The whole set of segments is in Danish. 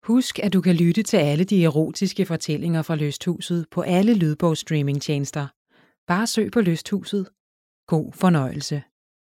Husk, at du kan lytte til alle de erotiske fortællinger fra Lysthuset på alle lydbogsstreamingtjenester. Bare søg på Lysthuset. God fornøjelse.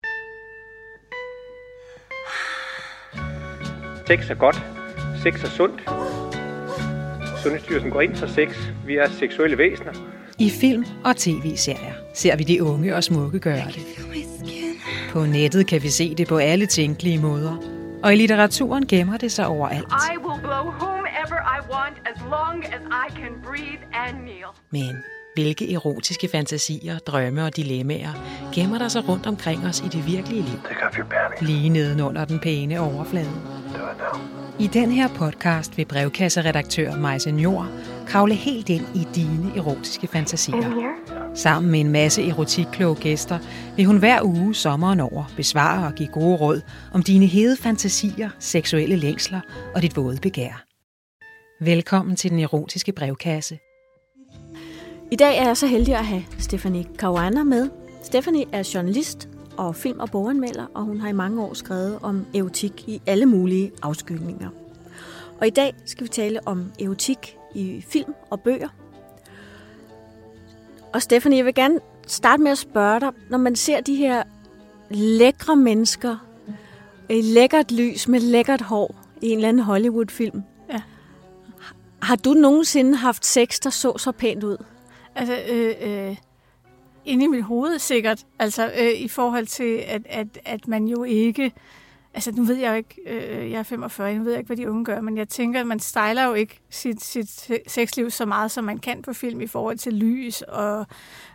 Sex er godt. Sex er sundt. Sundhedsstyrelsen går ind for sex. Vi er seksuelle væsener. I film og tv-serier ser vi de unge og smukke gøre det. På nettet kan vi se det på alle tænkelige måder. Og i litteraturen gemmer det sig overalt. I will blow whomever I want as long as I can breathe and kneel. Men hvilke erotiske fantasier, drømme og dilemmaer gemmer der sig rundt omkring os i det virkelige liv? Lige nedenunder den pæne overflade. I den her podcast vil brevkasseredaktør Majse Njor kravle helt ind i dine erotiske fantasier. Sammen med en masse erotikkloge gæster vil hun hver uge sommeren over besvare og give gode råd om dine hede fantasier, seksuelle længsler og dit våde begær. Velkommen til den erotiske brevkasse. I dag er jeg så heldig at have Stephanie Caruana med. Stephanie er journalist og film- og boganmelder, og hun har i mange år skrevet om erotik i alle mulige afskygninger. Og i dag skal vi tale om erotik i film og bøger. Og Stephanie, jeg vil gerne starte med at spørge dig, når man ser de her lækre mennesker i lækkert lys med lækkert hår i en eller anden Hollywood-film. Ja. Har du nogensinde haft sex, der så pænt ud? Altså, inde i mit hoved sikkert. Altså, i forhold til, at man jo ikke... Altså, nu ved jeg jo ikke... jeg er 45, nu ved jeg ikke, hvad de unge gør, men jeg tænker, at man styler jo ikke sit sexliv så meget, som man kan på film i forhold til lys og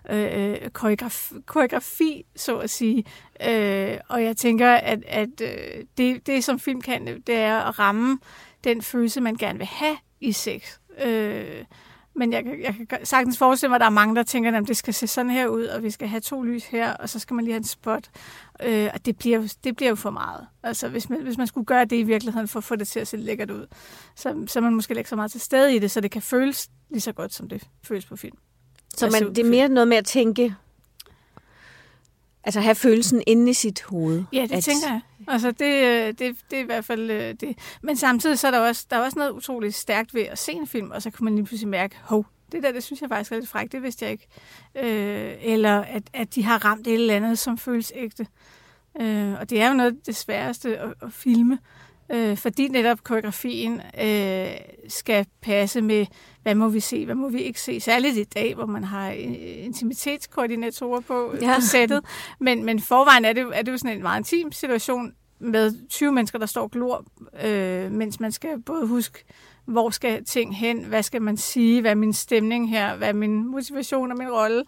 koreografi, så at sige. Og jeg tænker, at det, som film kan, det er at ramme den følelse, man gerne vil have i sex. Men jeg kan sagtens forestille mig, at der er mange, der tænker, at det skal se sådan her ud, og vi skal have 2 lys her, og så skal man lige have en spot. Og det bliver jo for meget. Altså, hvis man skulle gøre det i virkeligheden, for at få det til at se lækkert ud, så er man måske ikke så meget til stede i det, så det kan føles lige så godt, som det føles på film. Så det er mere noget med at tænke... Altså have følelsen inde i sit hoved. Ja, det tænker jeg. Altså det er i hvert fald det. Men samtidig så er der også noget utroligt stærkt ved at se en film, og så kan man lige pludselig mærke, det synes jeg faktisk er lidt frækt, det vidste jeg ikke. Eller at de har ramt et eller andet, som føles ægte. Og det er jo noget af det sværeste at filme, fordi netop koreografien skal passe med, hvad må vi se, hvad må vi ikke se. Særligt i dag, hvor man har intimitetskoordinatorer på sættet. Men forvejen er det jo sådan en meget intim situation med 20 mennesker, der står og glor, mens man skal både huske, hvor skal ting hen, hvad skal man sige, hvad er min stemning her, hvad er min motivation og min rolle,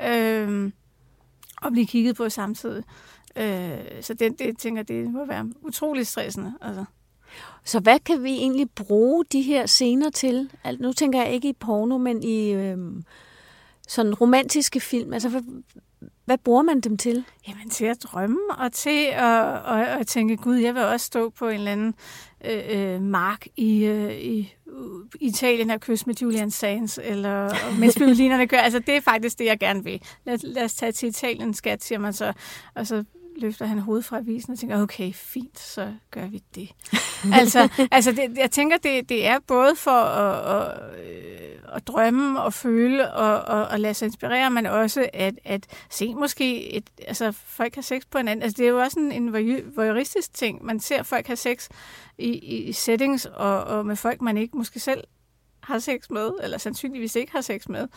og blive kigget på samtidig. Så det tænker det må være utroligt stressende. Altså. Så hvad kan vi egentlig bruge de her scener til? Altså, nu tænker jeg ikke i porno, men i sådan romantiske film. Altså, hvad bruger man dem til? Jamen til at drømme og til at tænke, gud, jeg vil også stå på en eller anden mark i Italien og kysse med Julian Sands, eller mens violinerne gør. Altså det er faktisk det, jeg gerne vil. Lad os tage til Italien, skat, siger man så. Og så løfter han hovedet fra avisen og tænker, okay, fint, så gør vi det. Jeg tænker, det er både for at drømme og føle og lade sig inspirere, men også at se måske, folk har sex på hinanden. Altså, det er jo også en voyeuristisk ting. Man ser folk have sex i settings og med folk, man ikke måske selv har sex med, eller sandsynligvis ikke har sex med.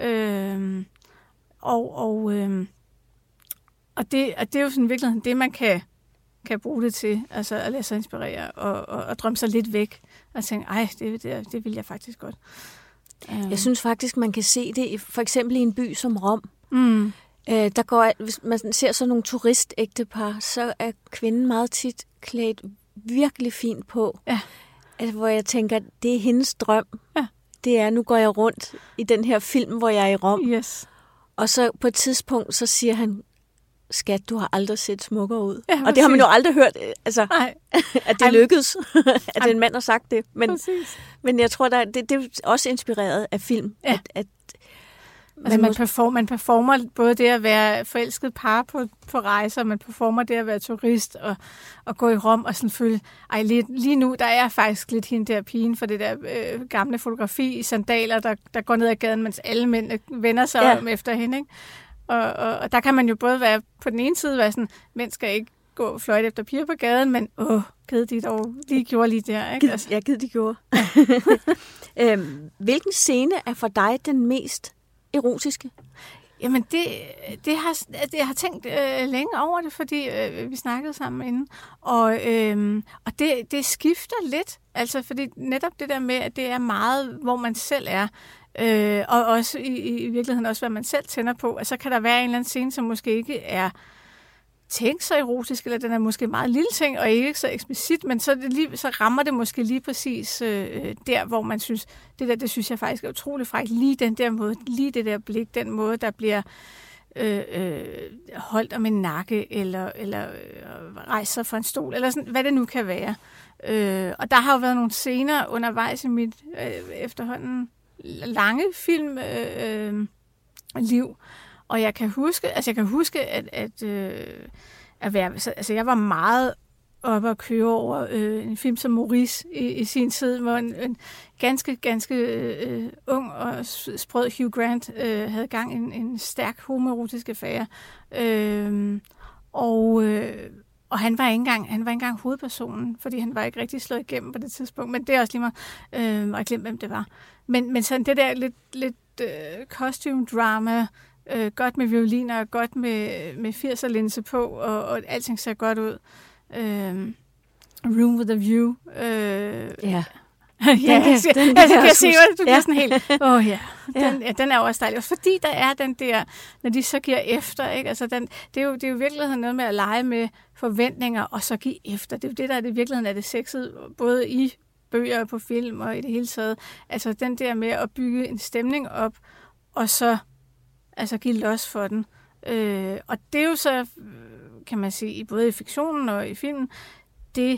Og det er jo sådan virkelig det, man kan bruge det til, altså at lade sig inspirere og drømme sig lidt væk og tænke, det vil jeg faktisk godt. Jeg synes faktisk, man kan se det for eksempel i en by som Rom. Hvis man ser sådan nogle turistægtepar, så er kvinden meget tit klædt virkelig fint på. Ja. Altså, hvor jeg tænker, det er hendes drøm. Ja. Det er, nu går jeg rundt i den her film, hvor jeg er i Rom. Yes. Og så på et tidspunkt, så siger han, skat, du har aldrig set smukkere ud. Ja, og præcis. det har man jo aldrig hørt, at det lykkedes, at en mand har sagt det. Men jeg tror, det er også inspireret af film, at Altså man performer både det at være forelsket par på rejser, man performer det at være turist og gå i Rom og sådan føle, lige nu, der er faktisk lidt hende der pigen for det der gamle fotografi i sandaler, der går ned ad gaden, mens alle mænd vender sig om efter hende, ikke? Og der kan man jo både være på den ene side, være sådan, mænd skal ikke gå og fløjte efter piger på gaden, men gid de dog lige gjorde lige der, ikke? Altså. Ja, gid de gjorde. Hvilken scene er for dig den mest erotiske? Jamen, jeg har tænkt længe over det, fordi vi snakkede sammen inden. Og det skifter lidt. Altså, fordi netop det der med, at det er meget, hvor man selv er. Og også i virkeligheden også, hvad man selv tænder på. Altså, kan der være en eller anden scene, som måske ikke er tænkt så erotisk, eller den er måske meget lille ting, og ikke så eksplicit, men så rammer det måske lige præcis der, hvor man synes, det synes jeg faktisk er utrolig frækt. Lige den der måde, lige det der blik, den måde, der bliver holdt om en nakke, eller rejser fra en stol, eller sådan, hvad det nu kan være. Og der har jo været nogle scener undervejs i mit efterhånden lange filmliv, og jeg kan huske, at være, altså jeg var meget oppe at køre over en film som Maurice i sin tid, hvor en ganske ung og sprød Hugh Grant havde gang i en stærk homoerotisk affære. Og han var ikke engang hovedpersonen, fordi han var ikke rigtig slået igennem på det tidspunkt, men det er også lige meget, og jeg glemte, hvem det var. Men sådan det der lidt costume drama, godt med violiner, godt med 80'er-linse på, og alting ser godt ud. Room with a View. Ja. Jeg se, at du bliver sådan helt, den er også dejlig. Fordi der er den der, når de så giver efter, ikke? Altså det er jo virkeligheden noget med at lege med forventninger, og så give efter. Det er jo det, der er det virkeligheden af det sexet, både i bøger og på film, og i det hele taget. Altså den der med at bygge en stemning op, og så give los for den. Og det er jo så, kan man sige, både i fiktionen og i filmen, det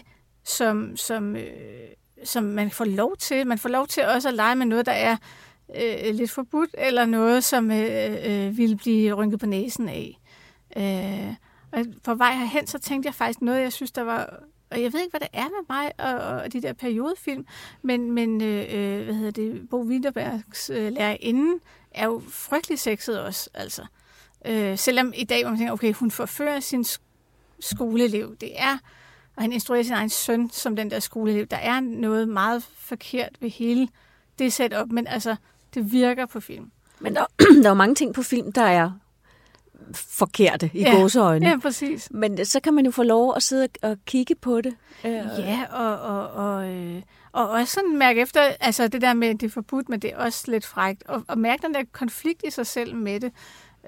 som man får lov til. Man får lov til også at lege med noget, der er lidt forbudt, eller noget, som ville blive rynket på næsen af. Og på vej herhen, så tænkte jeg faktisk noget, jeg synes, der var... Og jeg ved ikke, hvad det er med mig og de der periodefilm, men Bo Widerbergs lærerinde er jo frygtelig sexet også, altså. Selvom i dag, hvor man tænker, okay, hun forfører sin skoleelev, det er, og han instruerer sin egen søn som den der skoleelev, der er noget meget forkert ved hele det setup, men altså, det virker på film. Men der er jo mange ting på film, der er forkerte i gåseøjne. Ja, præcis. Men så kan man jo få lov at sidde og kigge på det. Ja, og også sådan mærke efter, altså det der med, det er forbudt, men det er også lidt frækt, og mærke den der konflikt i sig selv med det.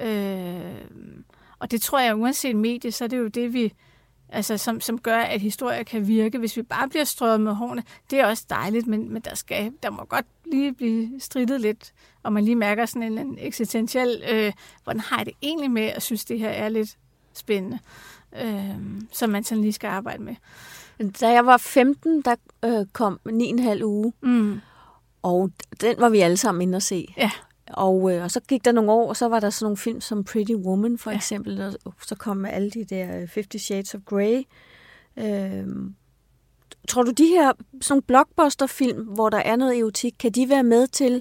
Og det tror jeg, uanset medie, så er det jo det, vi, altså som gør, at historier kan virke. Hvis vi bare bliver strøget med hårene, det er også dejligt, men der må godt lige blive strittet lidt, og man lige mærker sådan en eksistentiel, hvordan har jeg det egentlig med, at synes, det her er lidt spændende, som man sådan lige skal arbejde med. Da jeg var 15, der kom 9,5 uge, og den var vi alle sammen inde at se. Ja. Og så gik der nogle år, og så var der sådan nogle film som Pretty Woman for eksempel, og så kom alle de der 50 Shades of Grey. Tror du, de her sådan blockbuster-film, hvor der er noget erotik, kan de være med til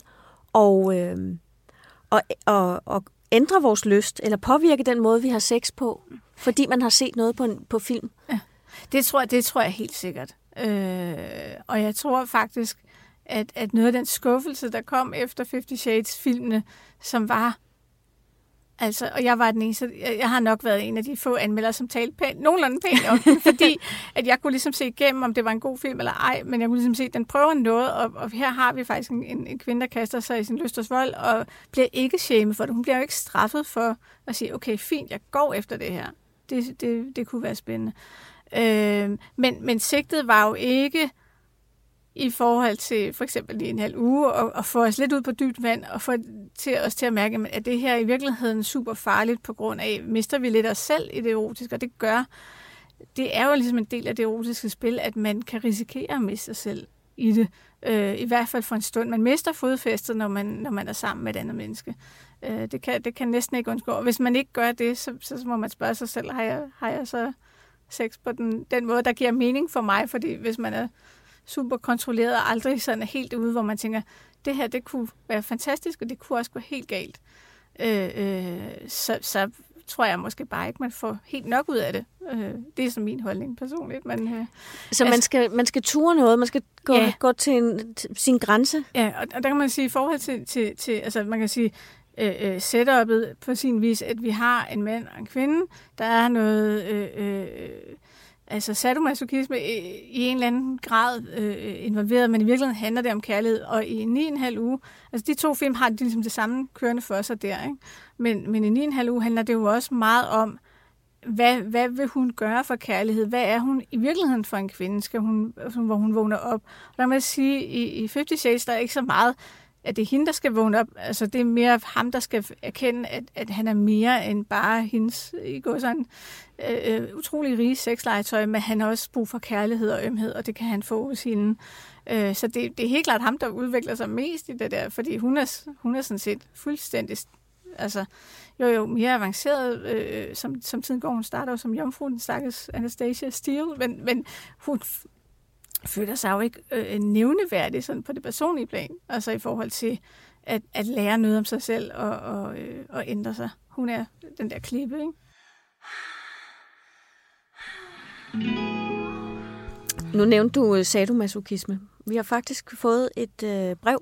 at ændre vores lyst, eller påvirke den måde, vi har sex på, fordi man har set noget på film? Ja. Det tror jeg helt sikkert. Og jeg tror faktisk, at noget af den skuffelse, der kom efter 50 Shades-filmene, som var... Altså, og jeg var den eneste... Jeg har nok været en af de få anmeldere, som talte nogenlunde pænt om den, fordi at jeg kunne ligesom se igennem, om det var en god film eller ej, men jeg kunne ligesom se, at den prøver noget, og her har vi faktisk en kvinde, der kaster sig i sin lysters vold, og bliver ikke shamed for det. Hun bliver jo ikke straffet for at sige, okay, fint, jeg går efter det her. Det kunne være spændende. Men sigtet var jo ikke i forhold til for eksempel i en halv uge, og få os lidt ud på dybt vand, og få os til at mærke, at det her i virkeligheden super farligt på grund af, mister vi lidt os selv i det erotiske, og det er jo ligesom en del af det erotiske spil, at man kan risikere at miste sig selv i det. I hvert fald for en stund. Man mister fodfæstet, når man er sammen med et andet menneske. Det kan næsten ikke undgå. Hvis man ikke gør det, så må man spørge sig selv, har jeg så sex på den måde, der giver mening for mig? Fordi hvis man er super kontrolleret og aldrig sådan helt ude, hvor man tænker, det her, det kunne være fantastisk, og det kunne også gå helt galt. Så tror jeg måske bare ikke, man får helt nok ud af det. Det er så min holdning personligt. Men, så man skal ture noget, man skal gå til sin grænse? Ja, og der kan man sige, i forhold til altså man kan sige, setup'et på sin vis, at vi har en mand og en kvinde, der er noget altså sadomasochisme i en eller anden grad involveret, men i virkeligheden handler det om kærlighed, og i 9,5 uge, altså de to film har ligesom det samme kørende for sig der, ikke? Men i 9,5 uge handler det jo også meget om, hvad vil hun gøre for kærlighed? Hvad er hun i virkeligheden for en kvinde, hvor hun vågner op? Og der må jeg sige, i 50 Shades, der er ikke så meget, at det er hende, der skal vågne op. Altså, det er mere ham, der skal erkende, at han er mere end bare hendes utrolig rige sexlegetøj, men han har også brug for kærlighed og ømhed, og det kan han få hos hende. Så det er helt klart ham, der udvikler sig mest i det der, fordi hun er sådan set fuldstændig, altså jo mere avanceret, som tiden går. Hun starter jo som jomfru, den stakkels Anastasia Steele, men hun føler sig jo ikke nævneværdig sådan på det personlige plan, altså i forhold til at lære noget om sig selv og ændre sig. Hun er den der klippe, ikke? Nu nævnte du sadomasochisme. Vi har faktisk fået et brev,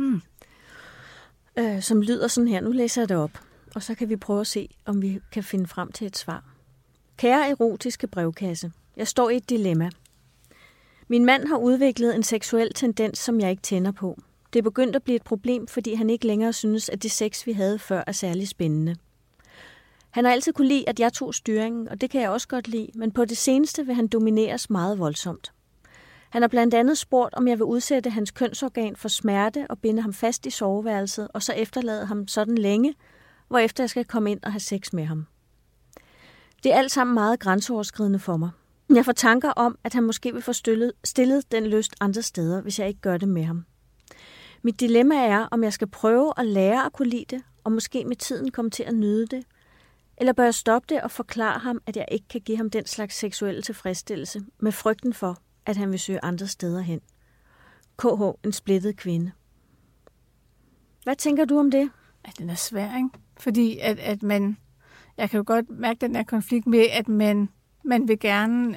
som lyder sådan her. Nu læser jeg det op, og så kan vi prøve at se, om vi kan finde frem til et svar. Kære erotiske brevkasse, jeg står i et dilemma. Min mand har udviklet en seksuel tendens, som jeg ikke tænder på. Det er begyndt at blive et problem, fordi han ikke længere synes, at det sex, vi havde før, er særlig spændende. Han har altid kunne lide, at jeg tog styringen, og det kan jeg også godt lide, men på det seneste vil han domineres meget voldsomt. Han har blandt andet spurgt, om jeg vil udsætte hans kønsorgan for smerte og binde ham fast i soveværelset, og så efterlade ham sådan længe, hvorefter jeg skal komme ind og have sex med ham. Det er alt sammen meget grænseoverskridende for mig. Jeg får tanker om, at han måske vil få stillet den lyst andre steder, hvis jeg ikke gør det med ham. Mit dilemma er, om jeg skal prøve at lære at kunne lide det, og måske med tiden komme til at nyde det, eller bør jeg stoppe det og forklare ham, at jeg ikke kan give ham den slags seksuelle tilfredsstillelse, med frygten for, at han vil søge andre steder hen. KH, en splittet kvinde. Hvad tænker du om det? At den er svær, ikke? Fordi at man... Jeg kan jo godt mærke den her konflikt med, at man vil gerne...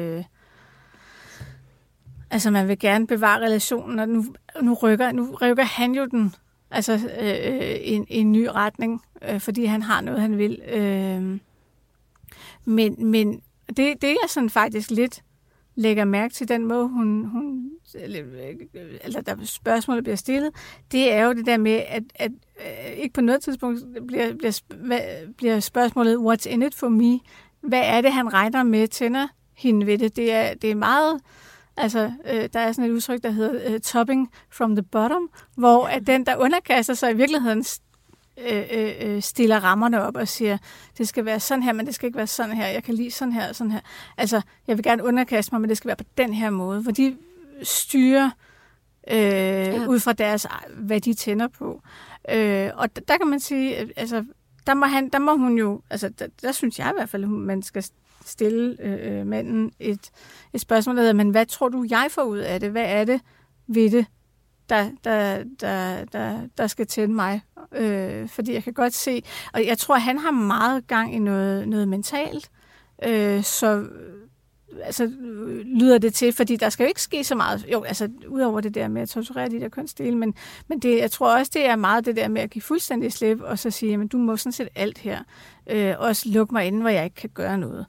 man vil gerne bevare relationen, og nu rykker han jo den i en ny retning, fordi han har noget, han vil. Men det jeg sådan faktisk lidt lægger mærke til, den måde, eller der spørgsmålet bliver stillet, det er jo det der med, at ikke på noget tidspunkt bliver spørgsmålet, what's in it for me? Hvad er det, han regner med, tænder hende ved det? Det er meget... der er sådan et udtryk, der hedder topping from the bottom, hvor at den, der underkaster sig, i virkeligheden stiller rammerne op og siger, det skal være sådan her, men det skal ikke være sådan her. Jeg kan lide sådan her og sådan her. Altså, jeg vil gerne underkaste mig, men det skal være på den her måde, hvor de styrer ud fra deres, hvad de tænder på. Og der kan man sige, der må hun jo, der synes jeg i hvert fald, at man skal stille manden et spørgsmål, der hedder, men hvad tror du, jeg får ud af det? Hvad er det ved det, der skal tænde mig? Fordi jeg kan godt se, og jeg tror, han har meget gang i noget mentalt, lyder det til, fordi der skal jo ikke ske så meget, udover det der med at torturere de der kønsdele, men det, jeg tror også, det er meget det der med at give fuldstændig slip, og så sige, men du må sådan set alt her, også lukke mig inde, hvor jeg ikke kan gøre noget.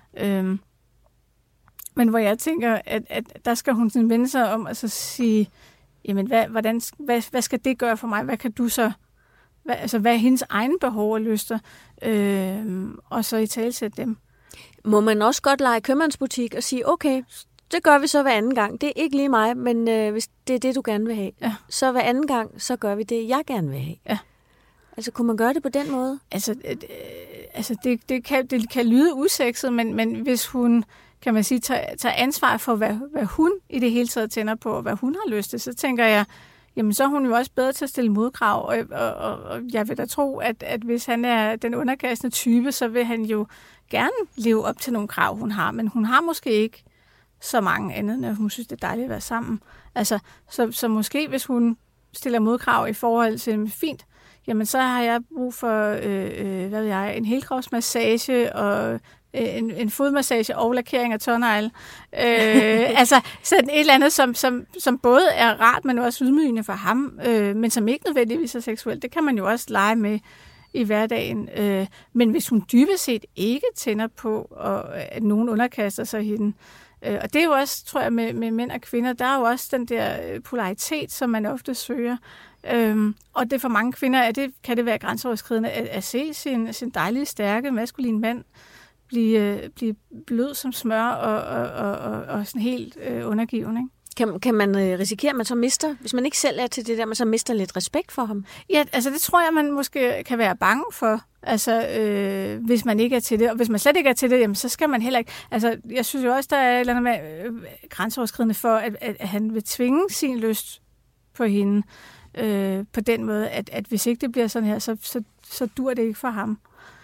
Men hvor jeg tænker, at der skal hun sådan vende sig om, og så sige, jamen, hvad skal det gøre for mig? Hvad kan du så, hvad er hendes egne behov og lyster, og så italesætte dem. Må man også godt lege købmandsbutik og sige, okay, det gør vi så hver anden gang. Det er ikke lige mig, men hvis det er det, du gerne vil have, så hver anden gang, så gør vi det, jeg gerne vil have. Ja. Altså, kunne man gøre det på den måde? Det kan lyde usekset, men hvis hun kan man sige, tager ansvar for, hvad hun i det hele taget tænder på, og hvad hun har lyst til, så tænker jeg, jamen så er hun jo også bedre til at stille modkrav, og jeg vil da tro, at hvis han er den underkastende type, så vil han jo gerne leve op til nogle krav, hun har, men hun har måske ikke så mange andet, når hun synes, det er dejligt at være sammen. Altså, så måske, hvis hun stiller modkrav i forhold til fint, jamen så har jeg brug for, en helkropsmassage og en fodmassage og lakering af tånegle. Altså sådan et eller andet, som både er rart, men også ydmygende for ham, men som ikke nødvendigvis er seksuelt. Det kan man jo også lege med i hverdagen. Men hvis hun dybest set ikke tænder på, at nogen underkaster sig hende, og det er jo også, tror jeg, med mænd og kvinder, der er jo også den der polaritet, som man ofte søger. Og det for mange kvinder, kan det være grænseoverskridende at se sin dejlige, stærke, maskuline mand blive blød som smør og sådan helt undergiven, ikke? Kan man risikere, at man så mister, hvis man ikke selv er til det der, man så mister lidt respekt for ham? Ja, altså det tror jeg, man måske kan være bange for, altså hvis man ikke er til det. Og hvis man slet ikke er til det, jamen, så skal man heller ikke. Altså jeg synes jo også, der er et eller andet med grænseoverskridende for, at han vil tvinge sin lyst på hende på den måde, at hvis ikke det bliver sådan her, så dur det ikke for ham.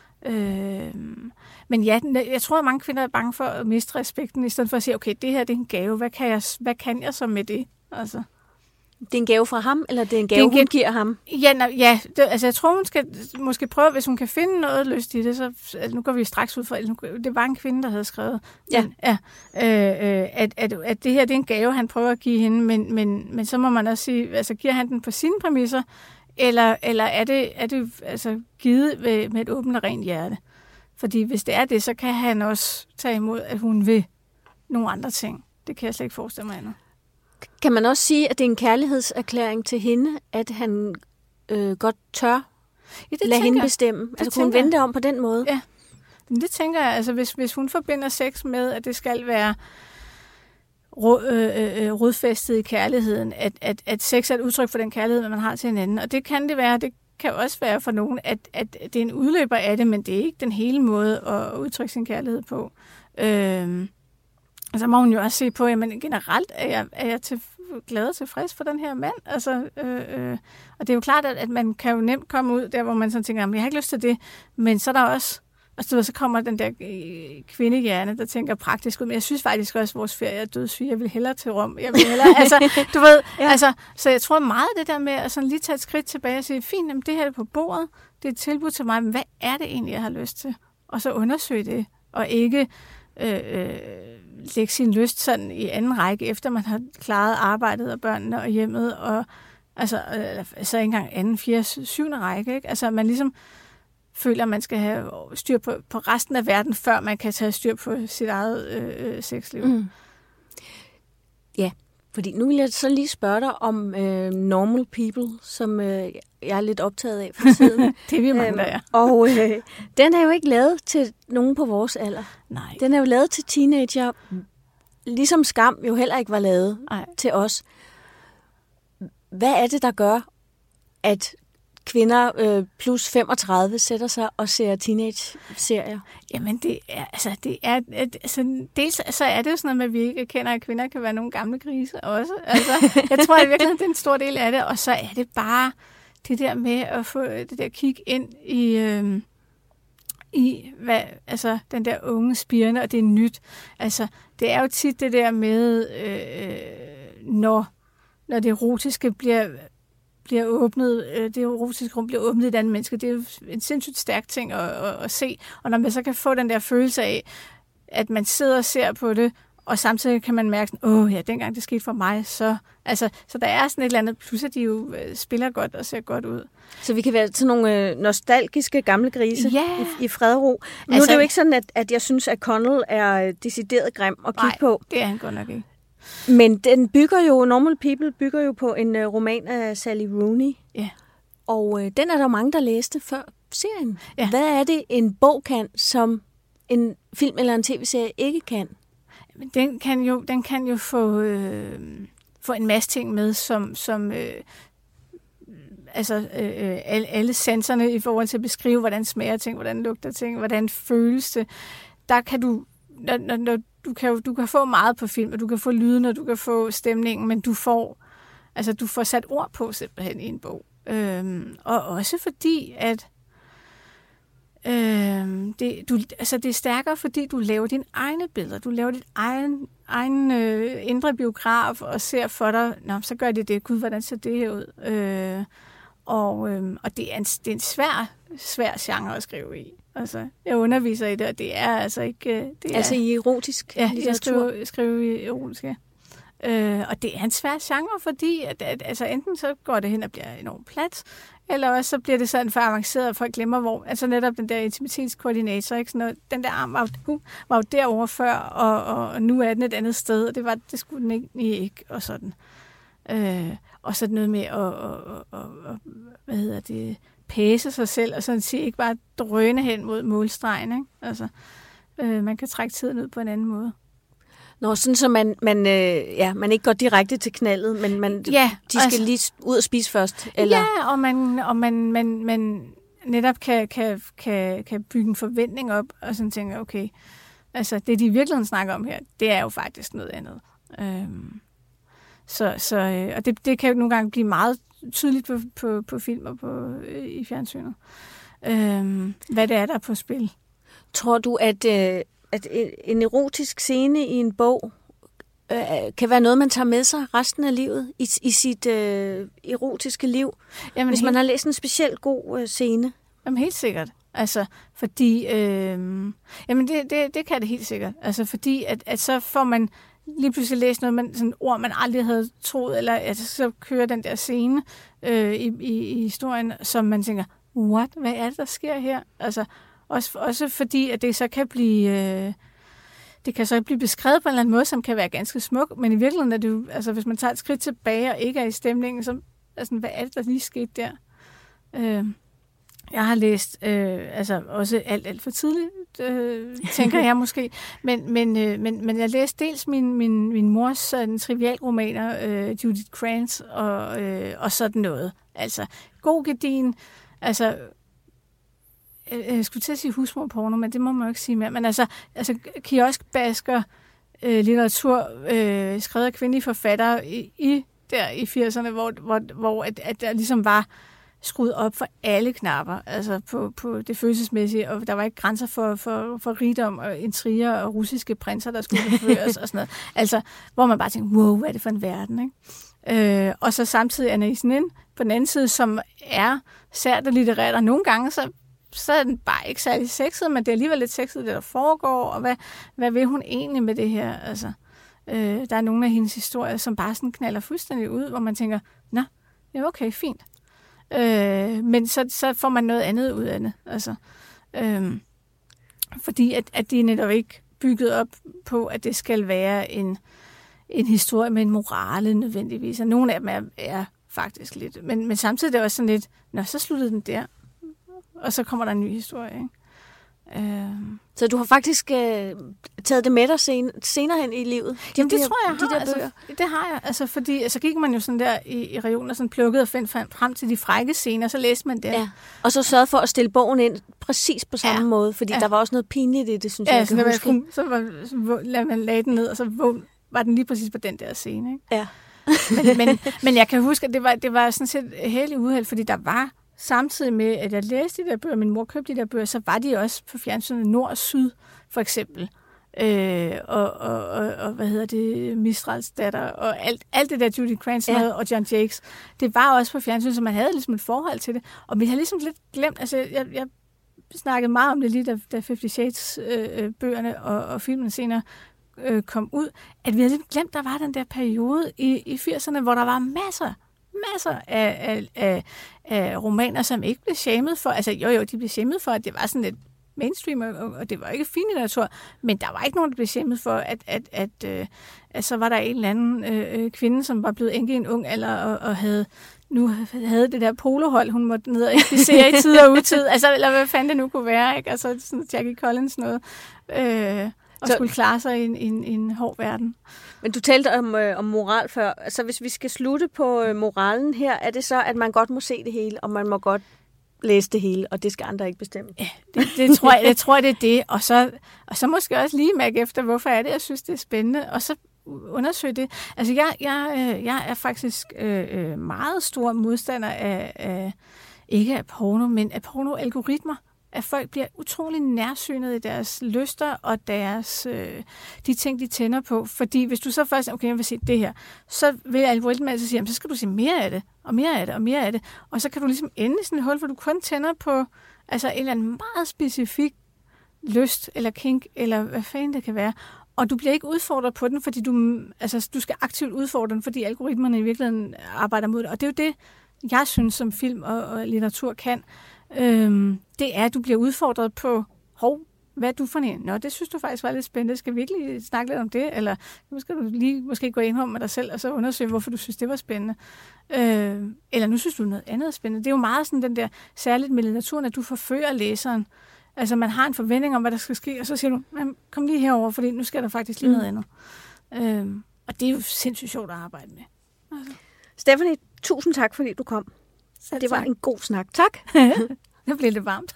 Men ja, jeg tror, at mange kvinder er bange for at miste respekten, i stedet for at sige, okay, det her det er en gave, hvad kan jeg så med det? Altså. Det er en gave fra ham, eller det er en gave, hun giver ham? Ja, jeg tror, hun skal måske prøve, hvis hun kan finde noget lyst i det, så nu går vi straks ud fra, det var en kvinde, der havde skrevet, at det her det er en gave, han prøver at give hende, men så må man også sige, altså giver han den på sine præmisser, eller er det altså givet med et åbent og rent hjerte? Fordi hvis det er det, så kan han også tage imod, at hun vil nogle andre ting. Det kan jeg slet ikke forestille mig andet. Kan man også sige, at det er en kærlighedserklæring til hende, at han godt tør lade hende bestemme? Altså kunne hun vende om på den måde? Ja, men det tænker jeg. Altså hvis hun forbinder sex med, at det skal være rodfæstet i kærligheden, at sex er et udtryk for den kærlighed, man har til hinanden. Og det kan det være, det kan også være for nogen, at det er en udløber af det, men det er ikke den hele måde at udtrykke sin kærlighed på. Så må hun jo også se på, at generelt er jeg glad og tilfreds for den her mand. Altså, og det er jo klart, at man kan jo nemt komme ud der, hvor man sådan tænker, jeg har ikke lyst til det, men så er der også, og så kommer den der kvindehjerne, der tænker praktisk ud, men jeg synes faktisk også, at vores ferie er dødsfri. Jeg vil hellere til Rom. Jeg vil hellere, altså, du ved, altså, så jeg tror meget det der med at sådan lige tage et skridt tilbage og sige, fint, jamen, det her er på bordet, det er et tilbud til mig, men hvad er det egentlig, jeg har lyst til? Og så undersøge det, og ikke lægge sin lyst sådan i anden række, efter man har klaret arbejdet og børnene og hjemmet, og altså ikke engang anden, fjerde, syvende række, ikke? Altså man ligesom føler, at man skal have styr på resten af verden, før man kan tage styr på sit eget sexliv. Mm. Ja, fordi nu vil jeg så lige spørge dig om Normal People, som jeg er lidt optaget af for tiden. Det er vi mange, der er. Og den er jo ikke lavet til nogen på vores alder. Nej. Den er jo lavet til teenager, ligesom Skam jo heller ikke var lavet til os. Hvad er det, der gør, at kvinder plus 35 sætter sig og ser teenage-serier? Jamen, dels så er det jo sådan noget med, at vi ikke kender, at kvinder kan være nogle gamle grise også. Altså, jeg tror i virkeligheden, det er en stor del af det, og så er det bare det der med at få det der kig ind i hvad, altså, den der unge spirende, og det er nyt. Altså, det er jo tit det der med, når det erotiske bliver åbnet, det erotiske rum bliver åbnet i et andet menneske. Det er jo en sindssygt stærk ting at se. Og når man så kan få den der følelse af, at man sidder og ser på det, og samtidig kan man mærke, dengang det skete for mig, så der er sådan et eller andet, plus at de jo spiller godt og ser godt ud. Så vi kan være sådan nogle nostalgiske gamle grise i fred og ro. Nu er det jo ikke sådan, at jeg synes, at Connell er decideret grim at kigge på. Det er han godt nok ikke. Men den Normal People bygger jo på en roman af Sally Rooney. Ja. Og den er der mange, der læste før serien. Ja. Hvad er det, en bog kan, som en film eller en tv-serie ikke kan? Den kan jo få en masse ting med, som alle sensorne i forhold til at beskrive, hvordan smager ting, hvordan lugter ting, hvordan føles det. Der kan du du kan få meget på film, og du kan få lyden, og du kan få stemningen, men du får sat ord på simpelthen i en bog. Og også fordi, at det er stærkere, fordi du laver dine egne billeder. Du laver dit egen indre biograf og ser for dig, så gør det. Gud, hvordan ser det her ud? Og det er en svær genre at skrive i. Altså, jeg underviser i det, og det er altså ikke... i erotisk litteratur? Jeg skriver i erotisk, ja. Og det er en svær genre, fordi at enten så går det hen og bliver enormt plat, eller også så bliver det sådan for avanceret, at folk glemmer, hvor... Altså netop den der intimitetskoordinator, ikke? Sådan noget, den der arm var jo derovre før, og nu er den et andet sted, og det skulle den ikke, og sådan. Og så noget med at pæse sig selv, og sådan sige, ikke bare drøne hen mod målstregen, ikke? Altså, man kan trække tiden ud på en anden måde. Nå, sådan så man ikke går direkte til knaldet, men de skal lige ud og spise først. Eller? Ja, og man netop kan bygge en forventning op, og sådan tænke, okay, altså det de i virkeligheden snakker om her, det er jo faktisk noget andet. Og det kan jo nogle gange blive meget tydeligt på film og i fjernsynet. Hvad det er, der er på spil. Tror du, at en erotisk scene i en bog kan være noget, man tager med sig resten af livet i sit erotiske liv? Jamen, hvis man har læst en specielt god scene? Jamen helt sikkert. Altså, fordi... jamen, det kan det helt sikkert. Altså, fordi at så får man lige pludselig læst noget, sådan ord, man aldrig havde troet, eller at så kører den der scene i historien, som man tænker, what? Hvad er det, der sker her? Altså, også fordi, at det så kan blive... det kan så blive beskrevet på en eller anden måde, som kan være ganske smuk, men i virkeligheden er det jo... Altså, hvis man tager et skridt tilbage og ikke er i stemningen, så... Altså, hvad er det, der lige skete der? Jeg har læst også alt for tidligt, tænker jeg måske. Men jeg læste dels min mors trivialromaner, Judith Krantz og sådan noget. Altså, god gedigen, altså... Jeg skulle til at sige husmorporno, men det må man jo ikke sige mere. Men altså kioskbasker litteratur, skrevet af kvindelige forfattere i 80'erne, hvor at der ligesom var skruet op for alle knapper, altså på det følelsesmæssige, og der var ikke grænser for rigdom og intriger og russiske prinser, der skulle forføres og sådan noget. Altså, hvor man bare tænkte, wow, hvad er det for en verden, ikke? Og så samtidig Anais Nin på den anden side, som er sært og litterært, og nogle gange så er den bare ikke særlig sexet, men det er alligevel lidt sexet, det der foregår, og hvad vil hun egentlig med det her? Altså, der er nogle af hendes historier, som bare sådan knalder fuldstændig ud, hvor man tænker, nå, det er okay, fint. Men så får man noget andet ud af det. Altså, fordi at de er netop ikke bygget op på, at det skal være en historie med en morale nødvendigvis. Og nogle af dem er faktisk lidt. Men samtidig er det også sådan lidt, nå, så sluttede den der. Og så kommer der en ny historie, ikke? Så du har faktisk taget det med dig senere hen i livet? Jamen, det tror jeg har. Altså, det har jeg. Altså, fordi så gik man jo sådan der i regionen og sådan plukkede og fandt frem til de frække scener, så læste man det. Ja. Og så sørgede for at stille bogen ind præcis på samme måde, fordi der var også noget pinligt i det, synes jeg kan huske. Så man lagde den ned, og så var den lige præcis på den der scene, ikke? Ja. men jeg kan huske, at det var sådan set heldig uheld, fordi der var samtidig med, at jeg læste de der bøger, min mor købte de der bøger, så var de også på fjernsynet nord og syd, for eksempel. Og hvad hedder det, Mistrals datter, og alt det der Judith Krantz og John Jakes, det var også på fjernsynet, så man havde ligesom et forhold til det. Og vi har ligesom lidt glemt, altså jeg snakkede meget om det lige, da 50 Shades bøgerne og filmen senere kom ud, at vi havde lidt glemt, der var den der periode i 80'erne, hvor der var masser af romaner, som ikke blev shamed for, altså jo, de blev shamed for, at det var sådan lidt mainstream, og det var ikke fin litteratur, men der var ikke nogen, der blev shamed for, at så var der en eller anden kvinde, som var blevet enke i en ung alder, og havde det der polohold, hun måtte ned og inficere i tid og utid, altså, eller hvad fanden det nu kunne være, ikke? Altså sådan Jackie Collins noget, og skulle klare sig i en hård verden. Men du talte om moral før. Altså, hvis vi skal slutte på moralen her, er det så, at man godt må se det hele, og man må godt læse det hele, og det skal andre ikke bestemme. Ja, det tror jeg, det er det. Og så måske også lige mærke efter, hvorfor er det, jeg synes, det er spændende, og så undersøge det. Altså, jeg er faktisk meget stor modstander af ikke af porno, men af pornoalgoritmer. At folk bliver utrolig nærsynet i deres lyster og deres de ting, de tænder på. Fordi hvis du så først, okay, jeg vil se det her, så vil algoritmen altså sige, så skal du se mere af det, og mere af det, og mere af det. Og så kan du ligesom ende i sådan et hul, hvor du kun tænder på altså en eller anden meget specifik lyst, eller kink, eller hvad fanden det kan være. Og du bliver ikke udfordret på den, fordi du skal aktivt udfordre den, fordi algoritmerne i virkeligheden arbejder mod det. Og det er jo det, jeg synes, som film og litteratur kan. Det er, at du bliver udfordret på, hvad er du for en? Nå, det synes du faktisk var lidt spændende. Skal vi virkelig snakke lidt om det? Eller nu skal du lige måske gå ind med dig selv, og så undersøge, hvorfor du synes, det var spændende. Eller nu synes du noget andet er spændende. Det er jo meget sådan den der, særligt med litteraturen, at du forfører læseren. Altså, man har en forventning om, hvad der skal ske, og så siger du, kom lige herover, fordi nu skal der faktisk lige noget andet. Og det er jo sindssygt sjovt at arbejde med. Altså. Stephanie, tusind tak, fordi du kom. Det var en god snak. Tak. Nu blev det varmt.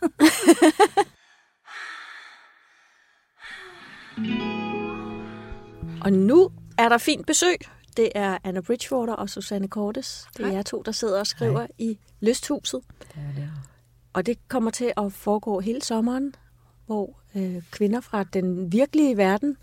Og nu er der fint besøg. Det er Anna Bridgewater og Susanne Cordes. Det er jer to, der sidder og skriver i Lysthuset. Det. Og det kommer til at foregå hele sommeren, hvor kvinder fra den virkelige verden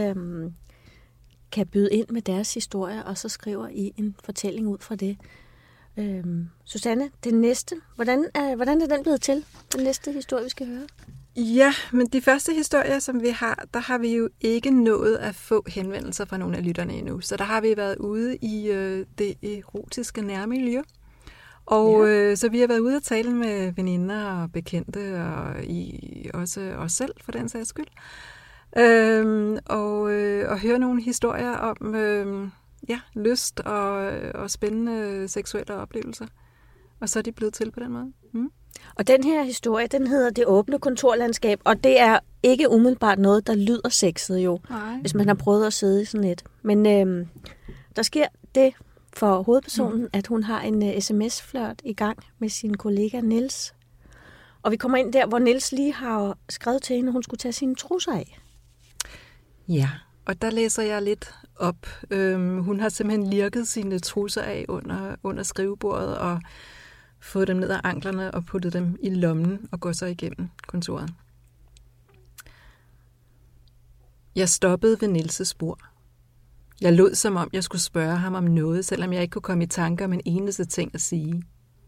kan byde ind med deres historie, og så skriver I en fortælling ud fra det. Susanne, den næste, hvordan er den blevet til, den næste historie, vi skal høre? Ja, men de første historier, som vi har, der har vi jo ikke nået at få henvendelser fra nogle af lytterne endnu. Så der har vi været ude i det erotiske nærmiljø. Og så vi har været ude at tale med veninder og bekendte, og også os selv for den sags skyld. Og høre nogle historier om lyst og spændende seksuelle oplevelser. Og så er de blevet til på den måde. Og den her historie, den hedder Det åbne kontorlandskab, og det er ikke umiddelbart noget, der lyder sexet jo, hvis man har prøvet at sidde i sådan et. Men der sker det for hovedpersonen, at hun har en sms-flørt i gang med sin kollega Niels. Og vi kommer ind der, hvor Niels lige har skrevet til hende, at hun skulle tage sine trusser af. Ja, og der læser jeg lidt op. Hun har simpelthen lirket sine trusser af under skrivebordet og fået dem ned ad anklerne og puttet dem i lommen og går så igennem kontoret. Jeg stoppede ved Niels' spor. Jeg lod som om, jeg skulle spørge ham om noget, selvom jeg ikke kunne komme i tanker om en eneste ting at sige.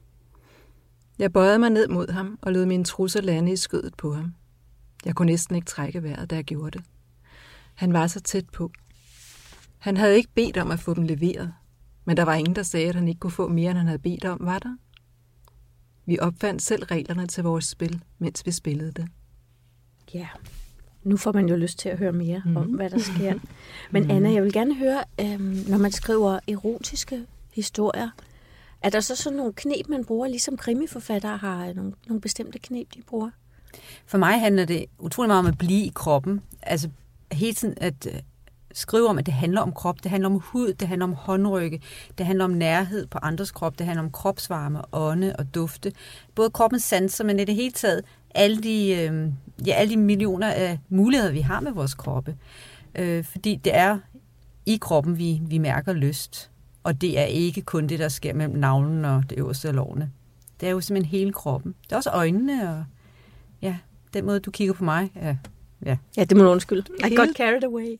Jeg bøjede mig ned mod ham og lod mine trusser lande i skødet på ham. Jeg kunne næsten ikke trække vejret, da jeg gjorde det. Han var så tæt på. Han havde ikke bedt om at få dem leveret, men der var ingen, der sagde, at han ikke kunne få mere, end han havde bedt om, var der? Vi opfandt selv reglerne til vores spil, mens vi spillede det. Ja, nu får man jo lyst til at høre mere om, hvad der sker. Men Anna, jeg vil gerne høre, når man skriver erotiske historier, er der så sådan nogle knep, man bruger, ligesom krimiforfattere har nogle bestemte knep, de bruger? For mig handler det utrolig meget om at blive i kroppen. Altså hele tiden at skrive om, at det handler om krop, det handler om hud, det handler om håndrykke, det handler om nærhed på andres krop, det handler om kropsvarme, ånde og dufte. Både kroppens sanser, men i det hele taget alle de millioner af muligheder, vi har med vores kroppe. Fordi det er i kroppen, vi mærker lyst. Og det er ikke kun det, der sker mellem navlen og det øverste af lårene. Det er jo simpelthen hele kroppen. Det er også øjnene og den måde, du kigger på mig. Ja, det må du undskylde. I got carried away.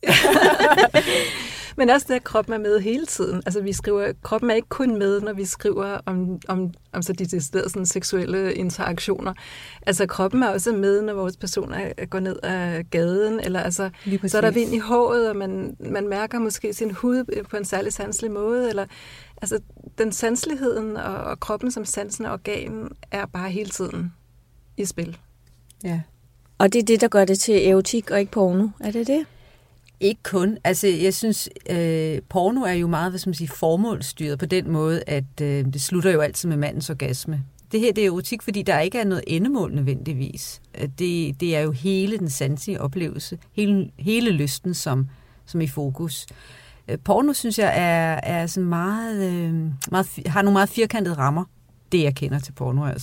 Men også det, at kroppen er med hele tiden. Altså, vi skriver, kroppen er ikke kun med, når vi skriver om så de deciderede sådan seksuelle interaktioner. Altså, kroppen er også med, når vores personer går ned ad gaden, eller altså, så er der vind i håret, og man mærker måske sin hud på en særlig sanselig måde, eller altså, den sanseligheden og kroppen som sansende organ er bare hele tiden i spil. Ja. Og det er det, der gør det til erotik og ikke porno. Er det det? Ikke kun. Altså, jeg synes, porno er jo meget, formålsstyret på den måde, at det slutter jo altid med mandens orgasme. Det her, det er erotik, fordi der ikke er noget endemål nødvendigvis. Det er jo hele den sanselige oplevelse, hele lysten som i fokus. Porno, synes jeg, er sådan meget, har nogle meget firkantede rammer. Det, jeg kender til porno, altså.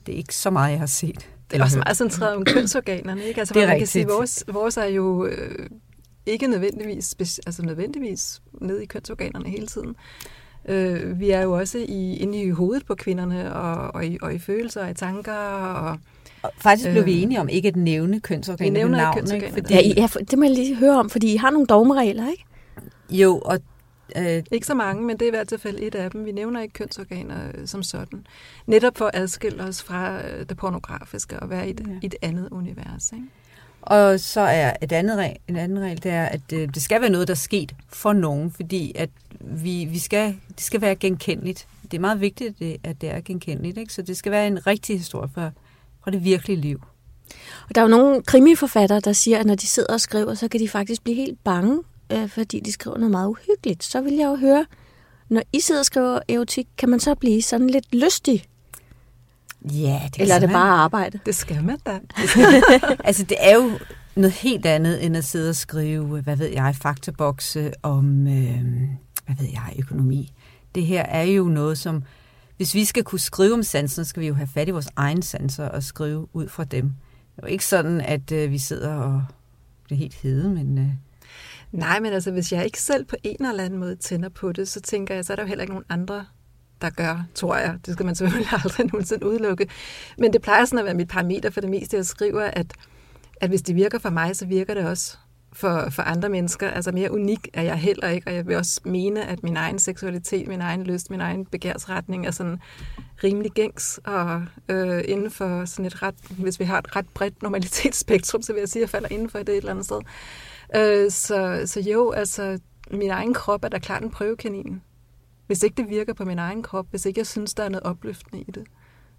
Det er ikke så meget, jeg har set. Det er også meget centreret om kønsorganerne, ikke? Altså, det er man rigtigt. kan sige, vores er jo ikke nødvendigvis nede i kønsorganerne hele tiden. Vi er jo også inde i hovedet på kvinderne, og i følelser, og i tanker, og faktisk blev vi enige om ikke at nævne kønsorganer. Vi nævner ikke kønsorganer. Fordi... det må jeg lige høre om, fordi I har nogle dogmeregler, ikke? Jo, og... ikke så mange, men det er i hvert fald et af dem. Vi nævner ikke kønsorganer som sådan. Netop for at adskille os fra det pornografiske og være i et andet univers, ikke? Og så er en anden regel, det er, at det skal være noget, der er sket for nogen, fordi at det skal være genkendeligt. Det er meget vigtigt, at det er genkendeligt, ikke? Så det skal være en rigtig historie fra det virkelige liv. Og der er jo nogle krimiforfattere, der siger, at når de sidder og skriver, så kan de faktisk blive helt bange, fordi de skriver noget meget uhyggeligt. Så vil jeg jo høre, når I sidder og skriver erotik, kan man så blive sådan lidt lystig? Ja, det eller er det bare arbejde? Det skal man da. Altså, det er jo noget helt andet, end at sidde og skrive, faktabokse om, økonomi. Det her er jo noget, som, hvis vi skal kunne skrive om sanser, så skal vi jo have fat i vores egne sanser og skrive ud fra dem. Det er jo ikke sådan, at vi sidder og bliver helt hede, men... Nej, men altså, hvis jeg ikke selv på en eller anden måde tænder på det, så tænker jeg, så er der jo heller ikke nogen andre, der gør, tror jeg. Det skal man selvfølgelig aldrig nogensinde udelukke. Men det plejer sådan at være mit parameter for det meste, jeg skriver, at hvis det virker for mig, så virker det også for andre mennesker. Altså mere unik er jeg heller ikke, og jeg vil også mene, at min egen seksualitet, min egen lyst, min egen begærsretning er sådan rimelig gængs, og inden for sådan et hvis vi har et ret bredt normalitetsspektrum, så vil jeg sige, at jeg falder inden for det et eller andet sted. Så jo, altså min egen krop er da klart en prøvekanin. Hvis ikke det virker på min egen krop, hvis ikke jeg synes, der er noget opløftende i det,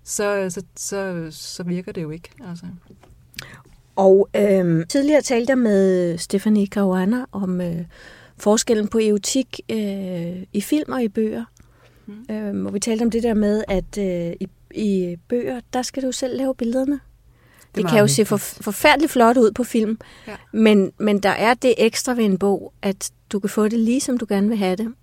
så virker det jo ikke. Altså. Og tidligere talte jeg med Stephanie Caruana om forskellen på erotik i film og i bøger. Hvor vi talte om det der med, at i bøger, der skal du selv lave billederne. Det kan jo se forfærdeligt flot ud på film, ja. Men der er det ekstra ved en bog, at du kan få det lige, som du gerne vil have det.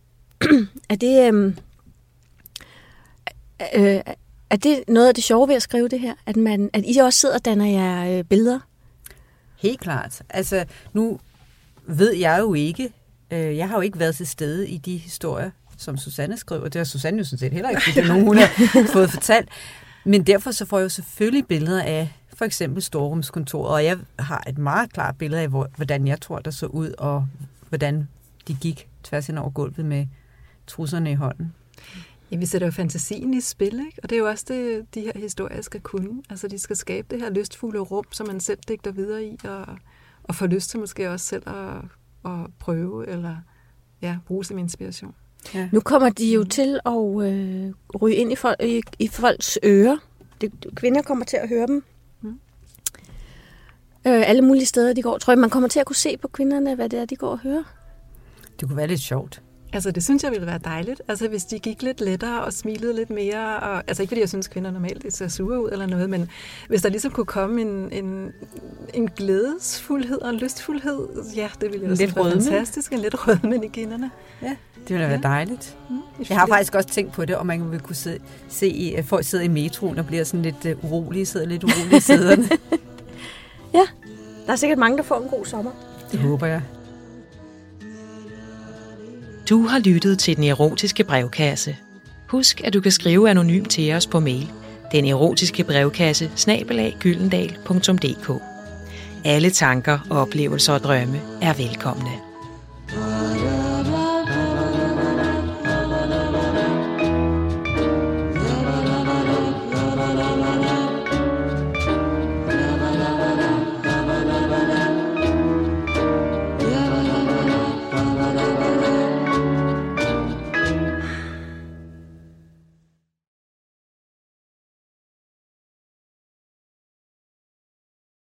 Er det noget af det sjove ved at skrive det her? At I også sidder og danner jer billeder? Helt klart. Altså, nu ved jeg jo ikke, jeg har jo ikke været til stede i de historier, som Susanne skriver. Det har Susanne jo sådan set heller ikke, det er nogen, hun har fået fortalt. Men derfor så får jeg jo selvfølgelig billeder af for eksempel storrumskontoret, og jeg har et meget klart billede af, hvordan jeg tror, der så ud, og hvordan de gik tværs hen over gulvet med trusserne i hånden. Ja, vi sætter jo fantasien i spil, ikke? Og det er jo også det, de her historier skal kunne. Altså, de skal skabe det her lystfulde rum, som man selv digter videre i, og får lyst til måske også selv at prøve, eller bruge som inspiration. Ja. Nu kommer de jo til at ryge ind i folks ører. Kvinder kommer til at høre dem. Alle mulige steder, de går. Tror jeg, man kommer til at kunne se på kvinderne, hvad det er, de går og hører? Det kunne være lidt sjovt. Altså, det synes jeg ville være dejligt. Altså, hvis de gik lidt lettere og smilede lidt mere. Og, altså, ikke fordi jeg synes, kvinder normalt ser sure ud eller noget, men hvis der ligesom kunne komme en glædesfuldhed og en lystfuldhed, ja, det ville jeg være fantastisk. En lidt rødmen i kinderne. Ja, det ville være dejligt. Jeg har faktisk også tænkt på det, om man vil kunne se at folk sidder i metroen og bliver sådan lidt urolige, sidder lidt urolige i sæderne. Ja, der er sikkert mange, der får en god sommer. Det håber jeg. Du har lyttet til Den Erotiske Brevkasse. Husk, at du kan skrive anonymt til os på mail. Den erotiske brevkasse @gyldendal.dk. Alle tanker, oplevelser og drømme er velkomne.